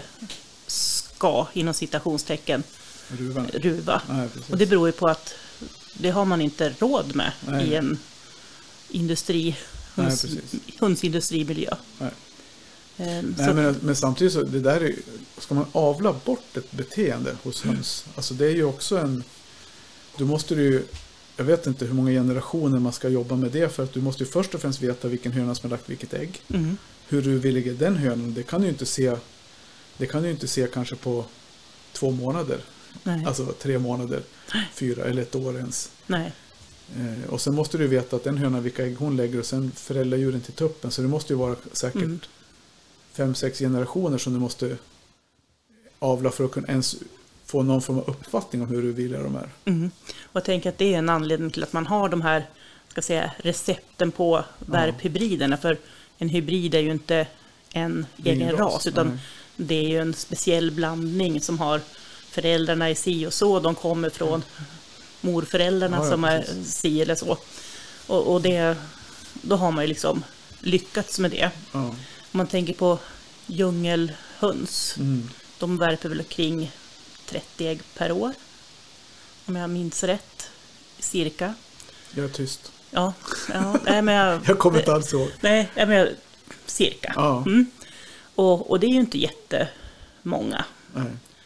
ska inom citationstecken ruva. ruva. Nej, och det beror ju på att det har man inte råd med Nej. i en industri, höns, hönsindustrimiljöö. Nej. Um, Nej, men, men samtidigt så det där är, ska man avla bort ett beteende hos höns. Mm. Alltså det är ju också en du måste ju jag vet inte hur många generationer man ska jobba med det för att du måste ju först och främst veta vilken höna som har lagt vilket ägg. Mm. Hur du vill lägga den hönan, det kan du inte se det kan du inte se kanske på två månader. Nej. Alltså tre månader, fyra eller ett år ens. Nej. Eh, och sen måste du veta att den höna vilka ägg hon lägger och sen föräldrar djuren till tuppen. Så det måste ju vara säkert mm. fem, sex generationer som du måste avla för att kunna ens få någon form av uppfattning om hur du vill de är. Mm. Och jag tänker att det är en anledning till att man har de här ska säga, recepten på värphybriderna. Ja. För en hybrid är ju inte en egen ras, ras utan nej. det är ju en speciell blandning som har föräldrarna i si och så. De kommer från morföräldrarna ja, ja, som är si eller så. Och, och det, då har man ju liksom lyckats med det. Ja. Om man tänker på djungelhöns. Mm. De värper väl kring trettio ägg per år. Om jag minns rätt. Cirka. Jag är tyst. Ja. ja nej, men jag, jag kommer inte alls ihåg. Nej, men jag, cirka. Ja. Mm. Och, och det är ju inte jättemånga. Nej.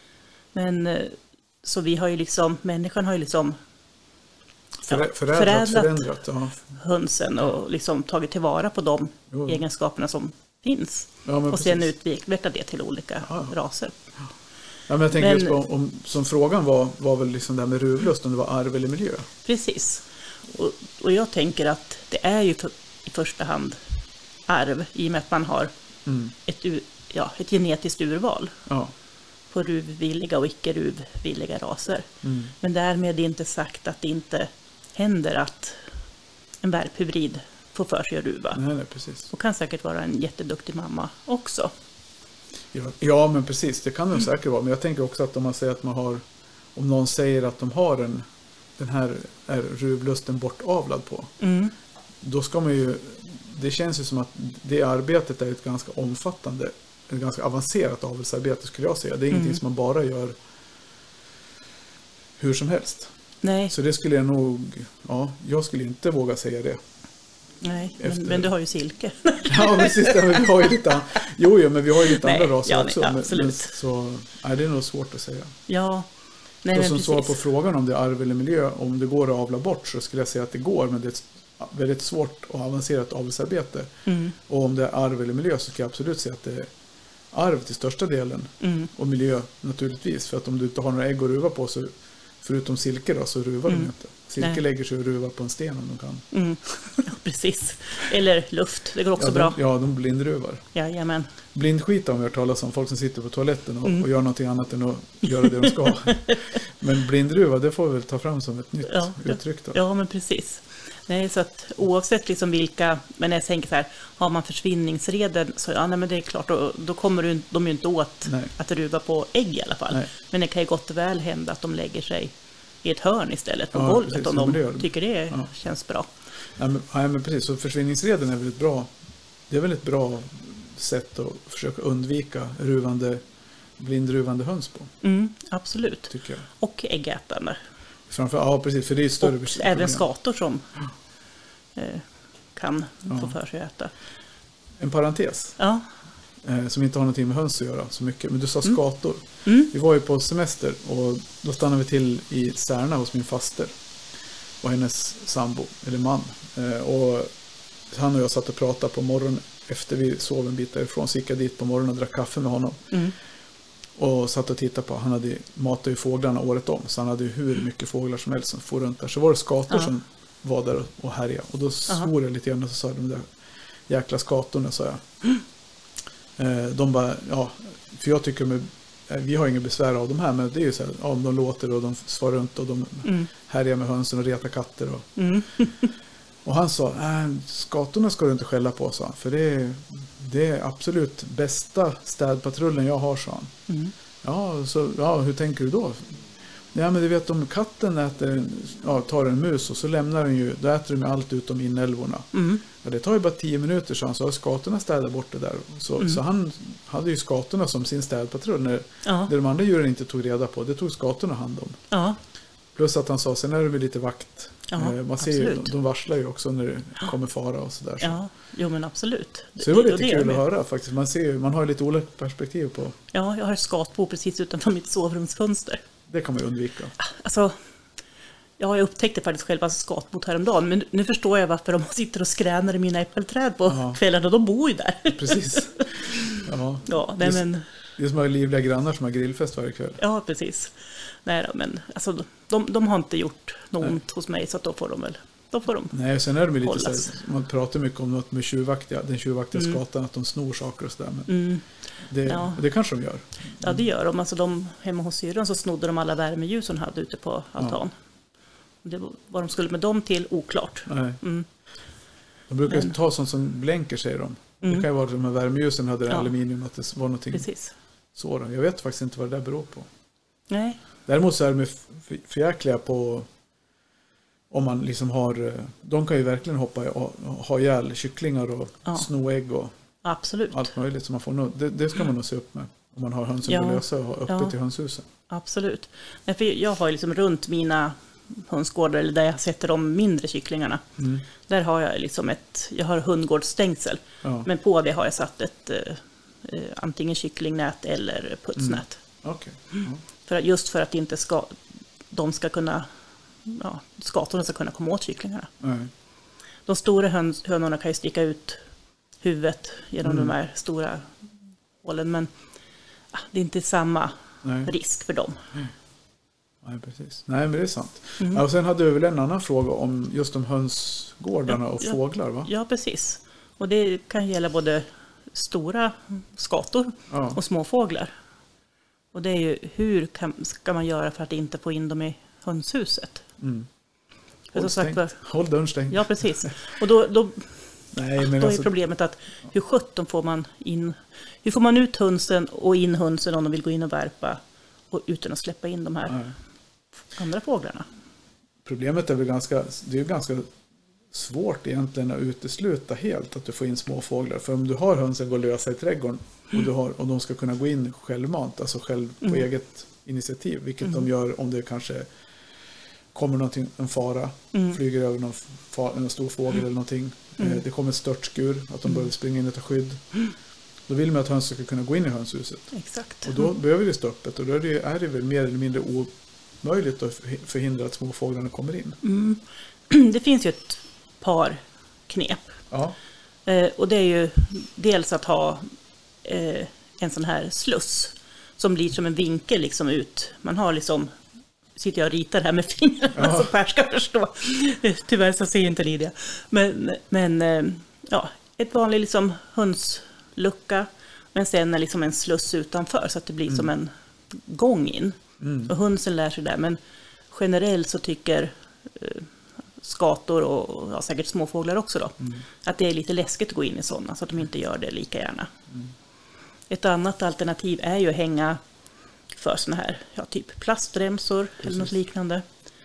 Men eh, så vi har ju liksom, människan har ju liksom Förä, ja, förädlat, förädlat förändrat. Ja. hönsen och liksom tagit tillvara på de Jo. egenskaperna som finns. Ja, men och sen precis. utveckla det till olika Ja. raser. Ja, men jag tänker Men- just på, om, som frågan var, var väl liksom det här med ruvlust, om det var arv eller miljö. Precis. Och, och jag tänker att det är ju för, i första hand arv i och med att man har Mm. ett, u- ja, ett genetiskt urval Ja. på ruvvilliga och icke ruvvilliga raser. Mm. Men därmed är inte sagt att det inte händer att en värphybrid får för sig att ruva. Nej, nej, precis. Och kan säkert vara en jätteduktig mamma också. Ja, ja, men precis. Det kan det säkert vara. Men jag tänker också att om man säger att man har, om någon säger att de har en, den här är ruvlusten bortavlad på, Mm. då ska man ju, det känns ju som att det arbetet är ett ganska omfattande, ett ganska avancerat avelsarbete skulle jag säga. Det är ingenting Mm. som man bara gör hur som helst. Nej, Så det skulle jag nog, ja, jag skulle inte våga säga det. nej. efter- Men, men du har ju silke. Ja, precis. Ja, men vi har ju lite, jo, jo, men vi har ju lite Nej, andra raser ja, nej, också. Men, absolut. men, så, nej, det är nog svårt att säga. Ja, nej, och men som precis. svar på frågan om det är arv eller miljö, om det går att avla bort, så skulle jag säga att det går, men det är ett väldigt svårt och avancerat avelsarbete. Mm, Och om det är arv eller miljö så ska jag absolut säga att det är arv till största delen. mm, Och miljö naturligtvis, för att om du inte har några ägg att ruva på, så förutom silke då, så ruvar Mm. de inte. Silke Nej. lägger sig och ruvar på en sten om de kan. mm. Ja, precis. Eller luft, det går också ja, bra. De, ja, de blindruvar. Jajamän. Blindskita om vi har talat om folk som sitter på toaletten och, Mm. och gör någonting annat än att göra det de ska. Men blindruva, det får vi väl ta fram som ett nytt Ja, ja. uttryck då. Ja, men precis. Nej, så att oavsett liksom vilka, men jag tänker så här, har man försvinningsreden så ja, nej, men det är klart, då, då kommer du, de ju inte åt Nej. att ruva på ägg i alla fall. Nej. Men det kan ju gott och väl hända att de lägger sig i ett hörn istället på Ja, golvet precis, om ja, men det de gör de. tycker det Ja. känns bra. Ja, men, ja, men precis, så försvinningsreden är väl ett bra, det är väl ett bra sätt att försöka undvika ruvande, blindruvande höns på, Mm, absolut. tycker jag. Och äggätande. Framför, ja, precis, för det är ju större Och bekymmer. även skator som eh, kan Ja. få för sig att äta. En parentes, Ja. eh, som inte har någonting med höns att göra så mycket, men du sa Mm. skator. Mm. Vi var ju på semester och då stannade vi till i Särna hos min faster och hennes sambo, eller man. Eh, och han och jag satt och pratade på morgonen efter vi sov en bit därifrån, så gick jag dit på morgonen och drack kaffe med honom. Mm. Och satt och tittade på, han hade matat ju fåglarna året om, så han hade ju hur mycket fåglar som helst som får runt där. Så var det skator Ja. som var där och härjade. Och då svor jag lite grann och så sa jag, de där jäkla skatorna, sa jag. Eh, de bara, ja, för jag tycker de är, vi har inget besvär av de här, men det är ju så här, ja, de låter och de svarar runt och de Mm. härjar med hönsen och retar katter. Och, Mm. och han sa, äh, skatorna ska du inte skälla på, sa han, för det är, det är absolut bästa städpatrullen jag har, sa han. Mm. Ja, så, ja, hur tänker du då? Ja, men du vet, om katten äter, ja, tar en mus och så lämnar den ju, då äter de allt utom inälvorna. Mm. Ja, det tar ju bara tio minuter, så han sa, skatorna städar bort det där. Så, Mm. så han hade ju skatorna som sin städpatrull. När Ja. det de andra djuren inte tog reda på, det tog skatorna hand om. Ja. Plus att han sa, sen är det väl lite vakt. Ja, Eh, Man ser ju, absolut. de, de varslar ju också när det kommer fara och sådär. Så. Ja, jo men absolut. Så det var Och lite är kul de att ju. höra faktiskt. Man, ser ju, man har ju lite olika perspektiv på, Ja, jag har ett skatbo precis utanför mitt sovrumsfönster. det kan man ju undvika. Alltså, ja, jag upptäckte faktiskt själva skatbot häromdagen, men nu förstår jag varför de sitter och skränar i mina äppelträd på Ja. kvällarna. De bor ju där. Precis. Ja, Ja, nej, Just- men, det är som att ha livliga grannar som har grillfest varje kväll. ja precis. Nej då, men alltså, de, de har inte gjort något Nej. ont hos mig, så att då får de väl, då får de. Nej, sen är de ju lite Hållas. så här, man pratar mycket om något med tjuvaktiga, den tjuvaktiga Mm. skatan, att de snor saker och sådär. Men Mm, det, Ja. det kanske de gör. ja, det gör de. Alltså, de. Hemma hos syrran så snodde de alla värmeljus hon hade ute på altan. Det var, vad de skulle med dem till, oklart. Nej. Mm. De brukar ju Men- ta sånt som blänker, säger de. Mm. Det kan ju vara att de här värmeljusen hade Ja. aluminium, att det var någonting Precis. sådant. Jag vet faktiskt inte vad det där beror på. Nej. Däremot så är de f- förjäkliga på, om man liksom har, eh, de kan ju verkligen hoppa i- och ha ihjäl kycklingar och Ja. sno ägg och Absolut. allt möjligt. Så man får nog, det, det ska man nog se upp med. Om man har hönsen Ja. på lösa och ha öppet Ja. i hönshusen. Absolut. Nej, för jag har ju liksom runt mina hönsgårdar, eller där jag sätter de mindre kycklingarna. Mm. Där har jag liksom ett, jag har hundgårdsstängsel. Ja. Men på det har jag satt ett eh, eh, antingen kycklingnät eller putsnät. Okej. Ja. För, just för att inte ska, de ska kunna, ja, skatorna ska kunna komma åt kycklingarna. Nej. De stora höns, hönorna kan ju sticka ut huvudet genom mm. de här stora hålen, men ja, det är inte samma Nej. risk för dem. Nej. Nej, precis. Nej, men det är sant. Mm. Ja, och sen hade vi väl en annan fråga om just de hönsgårdarna ja, och ja, fåglar, va? Ja, precis. Och det kan gälla både stora skator ja. och små fåglar. Och det är ju, hur kan, ska man göra för att inte få in dem i hönshuset? Mm. Håll, sagt, för, Håll dörren stängd. Ja, precis. Och då, då, Nej, men då alltså, är problemet att hur sjutton får man in, hur får man ut hönsen och in hönsen om de vill gå in och värpa och utan att släppa in de här Nej. andra fåglarna? Problemet är väl ganska, det är ju ganska svårt egentligen att utesluta helt att du får in små fåglar. För om du har hönsen gå lösa i trädgården och, du har, och de ska kunna gå in självmant, alltså själv på mm. eget initiativ, vilket mm. de gör om det kanske kommer någonting, en fara, mm. flyger över någon, far, en stor fågel mm. eller någonting. Mm. Eh, det kommer ett störtskur, att de börjar springa in och ta skydd. Mm. Då vill man att hönsen ska kunna gå in i hönshuset. Exakt. Och då mm. behöver det stå öppet och då är det, är det väl mer eller mindre omöjligt att förhindra att små fåglarna kommer in. Mm. Det finns ju ett par knep. Ja. Eh, och det är ju dels att ha eh, en sån här sluss som blir som en vinkel liksom ut. Man har liksom, sitter jag och ritar här med fingrarna ja. så Per ska förstå. Tyvärr så ser inte Lydia. Men, men eh, ja, ett vanligt liksom hönslucka, men sen är liksom en sluss utanför så att det blir mm. som en gång in. Mm. Och hönsen lär sig där, men generellt så tycker eh, skator och ja, säkert småfåglar också då, mm. att det är lite läskigt att gå in i sådana så att de inte gör det lika gärna. Mm. Ett annat alternativ är ju att hänga för såna här, ja, typ plastremsor Precis. eller något liknande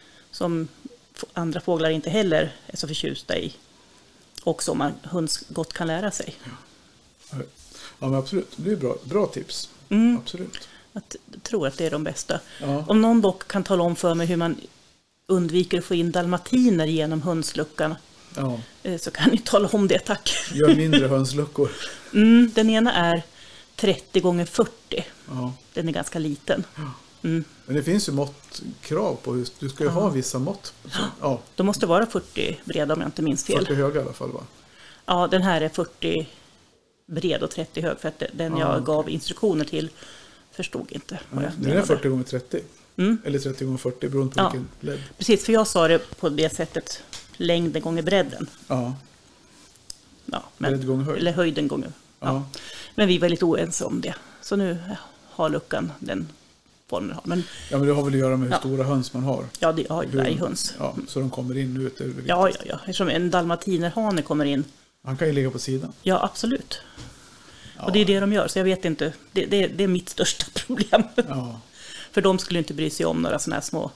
som andra fåglar inte heller är så förtjusta i och som man höns gott kan lära sig. Ja, ja men absolut, det är bra, bra tips. Mm. Absolut. Jag tror att det är de bästa. Ja. Om någon dock kan tala om för mig hur man undviker att få in dalmatiner genom hönsluckan ja. så kan ni tala om det, tack. Gör mindre hönsluckor. Mm, den ena är trettio gånger fyrtio. Ja. Den är ganska liten. Ja. Mm. Men det finns ju måttkrav på hur du ska ju ja. ha vissa mått. Så, ja. De måste vara fyrtio breda om jag inte minns fel. fyrtio höga i alla fall, va? Ja, den här är fyrtio bred och trettio hög för att den ja. jag gav instruktioner till förstod inte vad jag menade. Den är fyrtio gånger trettio. Mm. Eller trettio gånger fyrtio beroende på ja. vilken led. Precis, för jag sa det på det sättet, längden gånger bredden. Ja. Ja, men, Bredd gånger höjd. Eller höjden gånger. Ja. Ja. Men vi var lite oense om det. Så nu har luckan den formen. Men, ja, men det har väl att göra med hur ja. stora höns man har. Ja, det har ju berghöns. Ja, så de kommer in ut. Är ja, ja, ja. Eftersom en dalmatinerhane kommer in. Han kan ju ligga på sidan. Ja, absolut. Ja. Och det är det de gör, så jag vet inte. Det, det, det är mitt största problem. Ja. För de skulle inte bry sig om några sådana här små...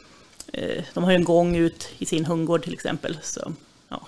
Eh, de har ju en gång ut i sin hundgård till exempel. Så, ja.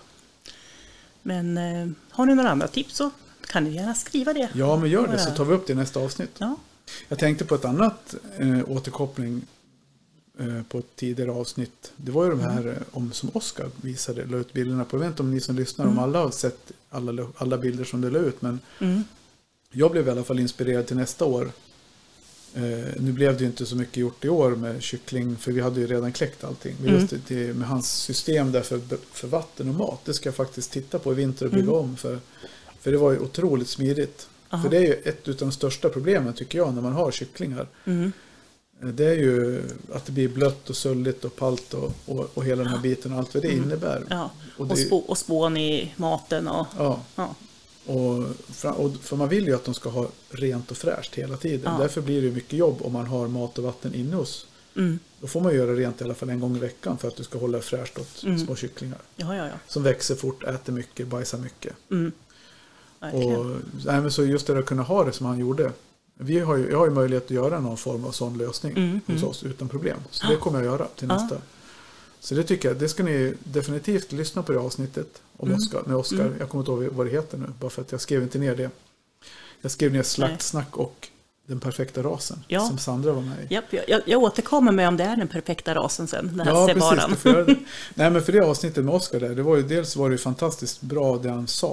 Men eh, har ni några andra tips så kan ni gärna skriva det. Ja, men gör det så tar vi upp det i nästa avsnitt. Ja. Jag tänkte på ett annat eh, återkoppling eh, på ett tidigare avsnitt. Det var ju de här mm. eh, om, som Oskar visade, la ut bilderna på. Jag vet inte om ni som lyssnar mm. om alla har sett alla, alla bilder som det la ut. Men mm. jag blev i alla fall inspirerad till nästa år. Eh, nu blev det ju inte så mycket gjort i år med kyckling, för vi hade ju redan kläckt allting. Men just det, det, med hans system där för, för vatten och mat, det ska jag faktiskt titta på i vinter och bygga mm. om. För, för det var ju otroligt smidigt. Aha. För det är ju ett av de största problemen tycker jag när man har kycklingar. Mm. Det är ju att det blir blött och sölligt och palt och, och, och hela den här biten och allt vad det mm. innebär. Ja. Och, det, och, spå, och spån i maten. Och, ja. ja. Och, och för man vill ju att de ska ha rent och fräscht hela tiden. Ja. Därför blir det mycket jobb om man har mat och vatten inne hos. Mm. Då får man göra rent i alla fall en gång i veckan för att du ska hålla fräscht åt mm. små kycklingar. Ja, ja, ja. Som växer fort, äter mycket, bajsar mycket. Mm. Och, nej, men så just det att kunna ha det som han gjorde. Vi har ju, jag har ju möjlighet att göra någon form av sån lösning mm, hos mm. oss utan problem. Så det kommer jag göra till nästa. Ja. Så det tycker jag, det ska ni definitivt lyssna på det avsnittet om mm. Oscar, med Oskar. Mm. Jag kommer inte ihåg vad det heter nu, bara för att jag skrev inte ner det. Jag skrev ner Slaktsnack och Den perfekta rasen, ja. som Sandra var med i. Japp, jag, jag återkommer med om det är den perfekta rasen sen, den här ja, sebaran. Precis, det för, nej, men för det avsnittet med Oskar där, det var ju, dels var det ju fantastiskt bra det han sa.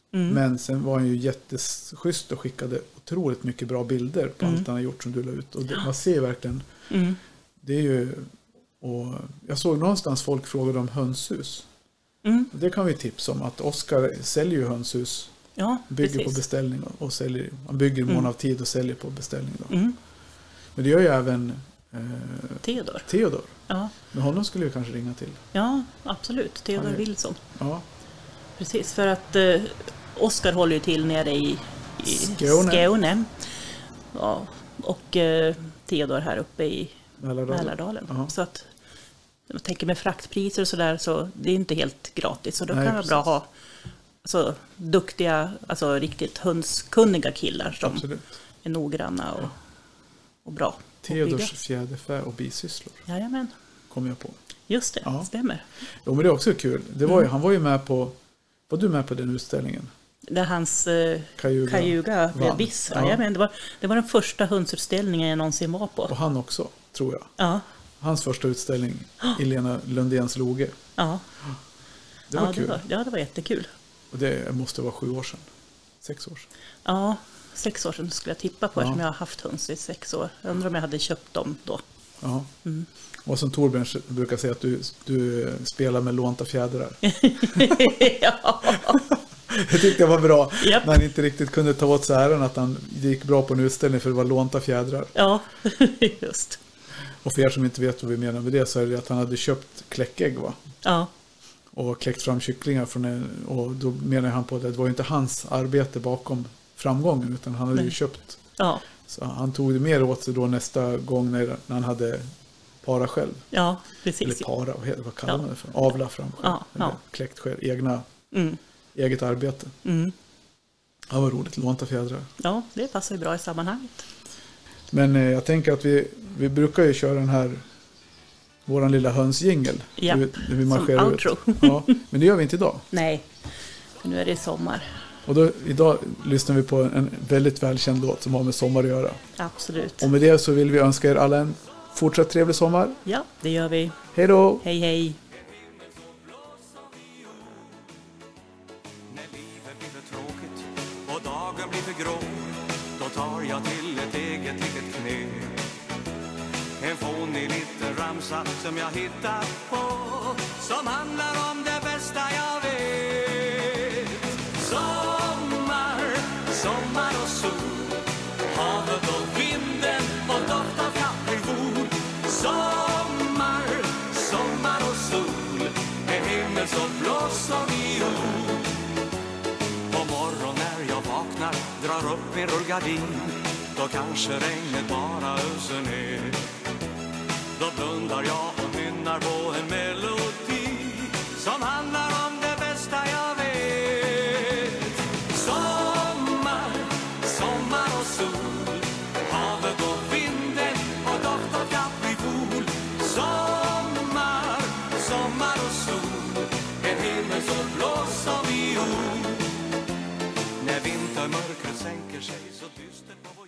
Mm. Men sen var han ju jätteschysst och skickade otroligt mycket bra bilder på mm. allt han har gjort som du la ut. Och det, man ser verkligen, mm. det är ju, och jag såg någonstans folk frågade om hönshus. Mm. Det kan vi tipsa om, att Oskar säljer ju hönshus. Ja, bygger precis. på beställning och säljer, han bygger i mån mm. av tid och säljer på beställning då. Mm. Men det gör ju även eh, Theodor. Theodor. Ja. Men honom skulle vi kanske ringa till. Ja, absolut. Theodor är... Wilson. Ja. Precis, för att eh, Oskar håller ju till nere i, i Skåne. Skåne. Ja, och eh, Theodor här uppe i Mälardalen. Mälardalen. Så att jag tänker med fraktpriser och sådär, så det är inte helt gratis. Så då Nej, kan det vara bra att ha alltså, duktiga, alltså riktigt hönskunniga killar som Absolut. är noggranna och, och bra. Theodors fjäderfä och bisysslor. Jajamän. Kom jag på. Just det, ja. stämmer. Jo, men det är också kul. Det var ju, mm. Han var ju med på, var du med på den utställningen? Det är hans eh, Kajuga, Kajuga blev viss. Ja. Jajamän, det, var, det var den första hönsutställningen jag någonsin var på. Och han också, tror jag. Ja. Hans första utställning i Lena Lundéns loge. Ja. Det var ja, kul. Det var, ja, det var jättekul. Och det måste vara sju år sedan. Sex år sedan. Ja, sex år sedan skulle jag tippa på, ja. eftersom jag har haft höns i sex år. Jag undrar om jag hade köpt dem då. Ja. Mm. Och som Torbjörn brukar säga att du, du spelar med lånta fjädrar. Ja. Jag tyckte det var bra. Yep. När han inte riktigt kunde ta åt sig äran att han gick bra på en utställning för det var lånta fjädrar. Ja, just. Och för er som inte vet vad vi menar med det, så är det att han hade köpt kläckägg, va? Ja. Och kläckt fram kycklingar från en, och då menar han på att det var ju inte hans arbete bakom framgången, utan han hade Nej. ju köpt. Ja. Så han tog det mer åt sig då nästa gång när, när han hade para själv. Ja, precis. Eller para, vad kallar man det för? Avla fram själv. Ja, eller ja. kläckt själv, egna, mm. eget arbete. Mm. Ja, vad roligt, lånta fjädrar. Ja, det passar ju bra i sammanhanget. Men eh, jag tänker att vi, vi brukar ju köra den här våran lilla hönsjingel. Ja, vi, vi marscherar som outro. Ut. Ja, men det gör vi inte idag. Nej, nu är det sommar. Och då, idag lyssnar vi på en väldigt välkänd låt som har med sommar att göra. Absolut. Och med det så vill vi önska er alla en fortsatt trevlig sommar. Ja, det gör vi. Hej då! Hej, hej! När livet blir för tråkigt och dagen blir för grå, då tar jag till ett eget litet knep. En fånig liten ramsa som jag hittat på, som handlar om det bästa jag vet. Sommar, sommar och sol, havet och vinden och doft av kaprifol. Sommar, sommar och sol, en himmel som blå som viol. På morgon när jag vaknar, drar upp min rullgardin, då kanske regnet bara öser ner. Då blundar jag och nynnar på en melodi som handlar om det bästa jag vet. Sommar, sommar och sol, havet och vinden och doft av kaprifol. Sommar, sommar och sol, en himmel så blå som viol. När vintermörkret sänker sig så dystert på